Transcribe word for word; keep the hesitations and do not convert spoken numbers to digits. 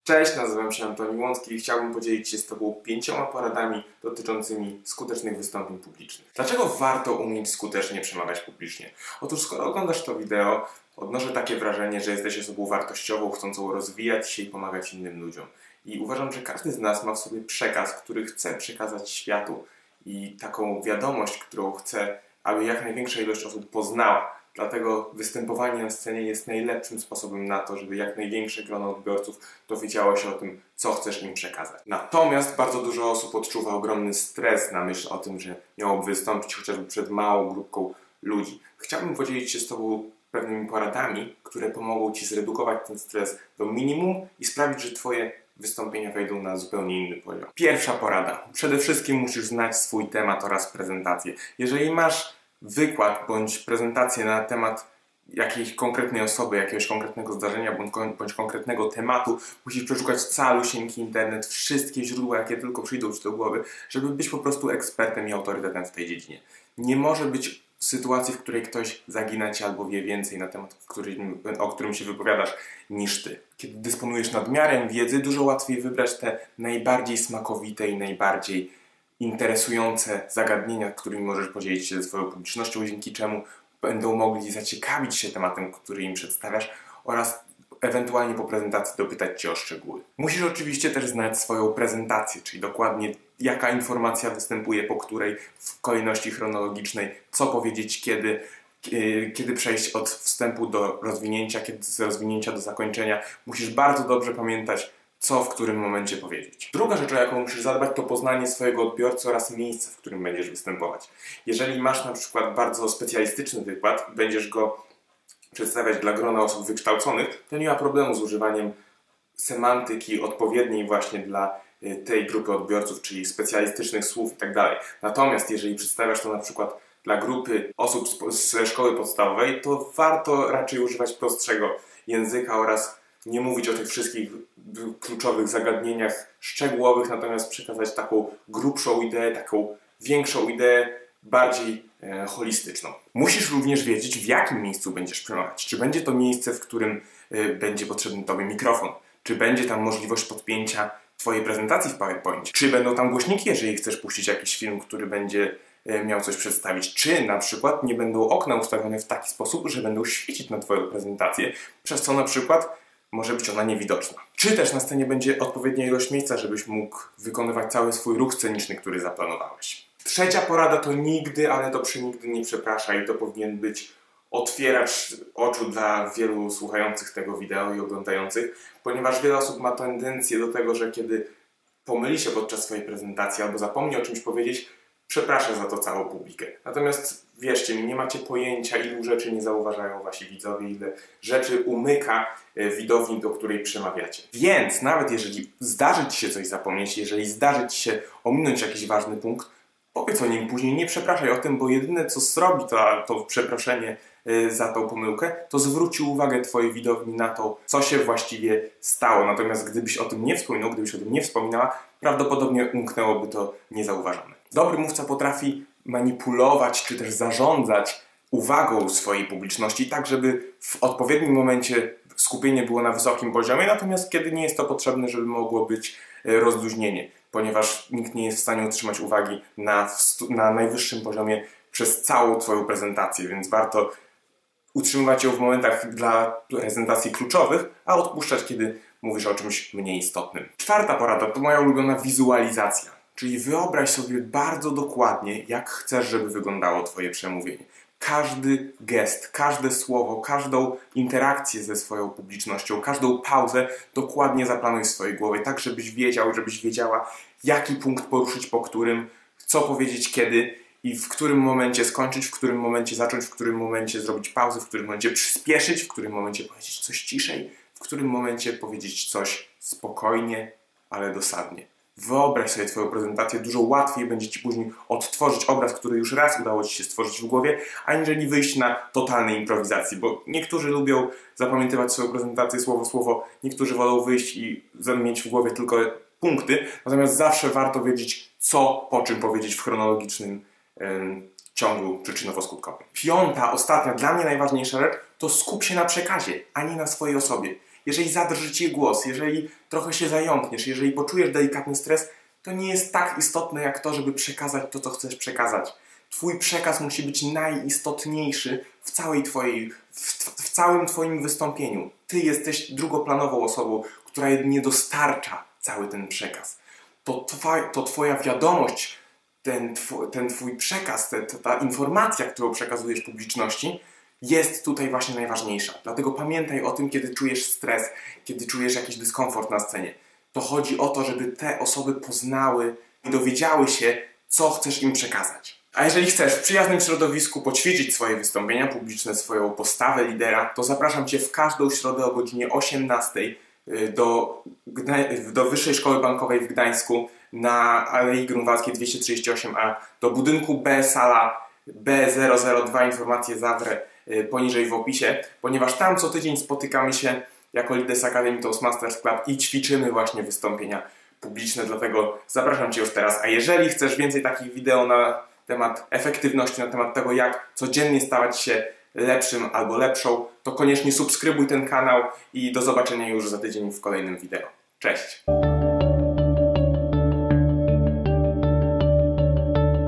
Cześć, nazywam się Antoni Łącki i chciałbym podzielić się z Tobą pięcioma poradami dotyczącymi skutecznych wystąpień publicznych. Dlaczego warto umieć skutecznie przemawiać publicznie? Otóż skoro oglądasz to wideo, odnoszę takie wrażenie, że jesteś osobą wartościową, chcącą rozwijać się i pomagać innym ludziom. I uważam, że każdy z nas ma w sobie przekaz, który chce przekazać światu i taką wiadomość, którą chce, aby jak największa ilość osób poznała. Dlatego występowanie na scenie jest najlepszym sposobem na to, żeby jak największe grono odbiorców dowiedziało się o tym, co chcesz im przekazać. Natomiast bardzo dużo osób odczuwa ogromny stres na myśl o tym, że miałoby wystąpić chociażby przed małą grupką ludzi. Chciałbym podzielić się z Tobą pewnymi poradami, które pomogą Ci zredukować ten stres do minimum i sprawić, że Twoje wystąpienia wejdą na zupełnie inny poziom. Pierwsza porada. Przede wszystkim musisz znać swój temat oraz prezentację. Jeżeli masz wykład bądź prezentację na temat jakiejś konkretnej osoby, jakiegoś konkretnego zdarzenia bądź, bądź konkretnego tematu, musisz przeszukać calusieńki internet, wszystkie źródła, jakie tylko przyjdą Ci do głowy, żeby być po prostu ekspertem i autorytetem w tej dziedzinie. Nie może być sytuacji, w której ktoś zagina Cię albo wie więcej na temat, w którym, o którym się wypowiadasz, niż Ty. Kiedy dysponujesz nadmiarem wiedzy, dużo łatwiej wybrać te najbardziej smakowite i najbardziej interesujące zagadnienia, którymi możesz podzielić się ze swoją publicznością, dzięki czemu będą mogli zaciekawić się tematem, który im przedstawiasz oraz ewentualnie po prezentacji dopytać Cię o szczegóły. Musisz oczywiście też znać swoją prezentację, czyli dokładnie jaka informacja występuje po której w kolejności chronologicznej, co powiedzieć kiedy, kiedy przejść od wstępu do rozwinięcia, kiedy z rozwinięcia do zakończenia. Musisz bardzo dobrze pamiętać, co w którym momencie powiedzieć. Druga rzecz, o jaką musisz zadbać, to poznanie swojego odbiorcy oraz miejsca, w którym będziesz występować. Jeżeli masz na przykład bardzo specjalistyczny wykład i będziesz go przedstawiać dla grona osób wykształconych, to nie ma problemu z używaniem semantyki odpowiedniej właśnie dla tej grupy odbiorców, czyli specjalistycznych słów i tak dalej. Natomiast jeżeli przedstawiasz to na przykład dla grupy osób ze szkoły podstawowej, to warto raczej używać prostszego języka oraz nie mówić o tych wszystkich kluczowych zagadnieniach szczegółowych, natomiast przekazać taką grubszą ideę, taką większą ideę, bardziej e, holistyczną. Musisz również wiedzieć, w jakim miejscu będziesz przemawiać. Czy będzie to miejsce, w którym e, będzie potrzebny Tobie mikrofon? Czy będzie tam możliwość podpięcia Twojej prezentacji w PowerPoint? Czy będą tam głośniki, jeżeli chcesz puścić jakiś film, który będzie e, miał coś przedstawić? Czy na przykład nie będą okna ustawione w taki sposób, że będą świecić na Twoją prezentację, przez co na przykład może być ona niewidoczna. Czy też na scenie będzie odpowiednia ilość miejsca, żebyś mógł wykonywać cały swój ruch sceniczny, który zaplanowałeś. Trzecia porada to nigdy, ale to przenigdy nie przepraszaj. To powinien być otwieracz oczu dla wielu słuchających tego wideo i oglądających, ponieważ wiele osób ma tendencję do tego, że kiedy pomyli się podczas swojej prezentacji albo zapomni o czymś powiedzieć, przeprasza za to całą publikę. Natomiast wierzcie mi, nie macie pojęcia, ilu rzeczy nie zauważają wasi widzowie, ile rzeczy umyka widowni, do której przemawiacie. Więc nawet jeżeli zdarzy Ci się coś zapomnieć, jeżeli zdarzy Ci się ominąć jakiś ważny punkt, powiedz o nim później, nie przepraszaj o tym, bo jedyne co zrobi to, to przeproszenie za tą pomyłkę, to zwróci uwagę Twojej widowni na to, co się właściwie stało. Natomiast gdybyś o tym nie wspominał, gdybyś o tym nie wspominała, prawdopodobnie umknęłoby to niezauważone. Dobry mówca potrafi manipulować czy też zarządzać uwagą swojej publiczności tak, żeby w odpowiednim momencie skupienie było na wysokim poziomie, natomiast kiedy nie jest to potrzebne, żeby mogło być rozluźnienie, ponieważ nikt nie jest w stanie utrzymać uwagi na, na najwyższym poziomie przez całą Twoją prezentację, więc warto utrzymywać ją w momentach dla prezentacji kluczowych, a odpuszczać, kiedy mówisz o czymś mniej istotnym. Czwarta porada to moja ulubiona wizualizacja. Czyli wyobraź sobie bardzo dokładnie, jak chcesz, żeby wyglądało Twoje przemówienie. Każdy gest, każde słowo, każdą interakcję ze swoją publicznością, każdą pauzę dokładnie zaplanuj w swojej głowie, tak żebyś wiedział, żebyś wiedziała, jaki punkt poruszyć, po którym, co powiedzieć kiedy i w którym momencie skończyć, w którym momencie zacząć, w którym momencie zrobić pauzę, w którym momencie przyspieszyć, w którym momencie powiedzieć coś ciszej, w którym momencie powiedzieć coś spokojnie, ale dosadnie. Wyobraź sobie Twoją prezentację, dużo łatwiej będzie Ci później odtworzyć obraz, który już raz udało Ci się stworzyć w głowie, aniżeli wyjść na totalnej improwizacji, bo niektórzy lubią zapamiętywać swoją prezentację słowo słowo, niektórzy wolą wyjść i mieć w głowie tylko punkty, natomiast zawsze warto wiedzieć, co po czym powiedzieć w chronologicznym ym, ciągu przyczynowo-skutkowym. Piąta, ostatnia, dla mnie najważniejsza rzecz, to skup się na przekazie, a nie na swojej osobie. Jeżeli zadrży Ci głos, jeżeli trochę się zająkniesz, jeżeli poczujesz delikatny stres, to nie jest tak istotne jak to, żeby przekazać to, co chcesz przekazać. Twój przekaz musi być najistotniejszy w całej twojej, w, w całym Twoim wystąpieniu. Ty jesteś drugoplanową osobą, która jedynie dostarcza cały ten przekaz. To, twa, to Twoja wiadomość, ten, twój, ten Twój przekaz, te, ta informacja, którą przekazujesz publiczności, jest tutaj właśnie najważniejsza. Dlatego pamiętaj o tym, kiedy czujesz stres, kiedy czujesz jakiś dyskomfort na scenie. To chodzi o to, żeby te osoby poznały i dowiedziały się, co chcesz im przekazać. A jeżeli chcesz w przyjaznym środowisku poćwiczyć swoje wystąpienia publiczne, swoją postawę lidera, to zapraszam Cię w każdą środę o godzinie osiemnastej do, do Wyższej Szkoły Bankowej w Gdańsku na Alei Grunwaldzkiej dwieście trzydzieści osiem A do budynku B, sala B zero zero dwa. Informacje zawrę poniżej w opisie, ponieważ tam co tydzień spotykamy się jako Leaders Academy Toastmasters Club i ćwiczymy właśnie wystąpienia publiczne, dlatego zapraszam Cię już teraz. A jeżeli chcesz więcej takich wideo na temat efektywności, na temat tego, jak codziennie stawać się lepszym albo lepszą, to koniecznie subskrybuj ten kanał i do zobaczenia już za tydzień w kolejnym wideo. Cześć!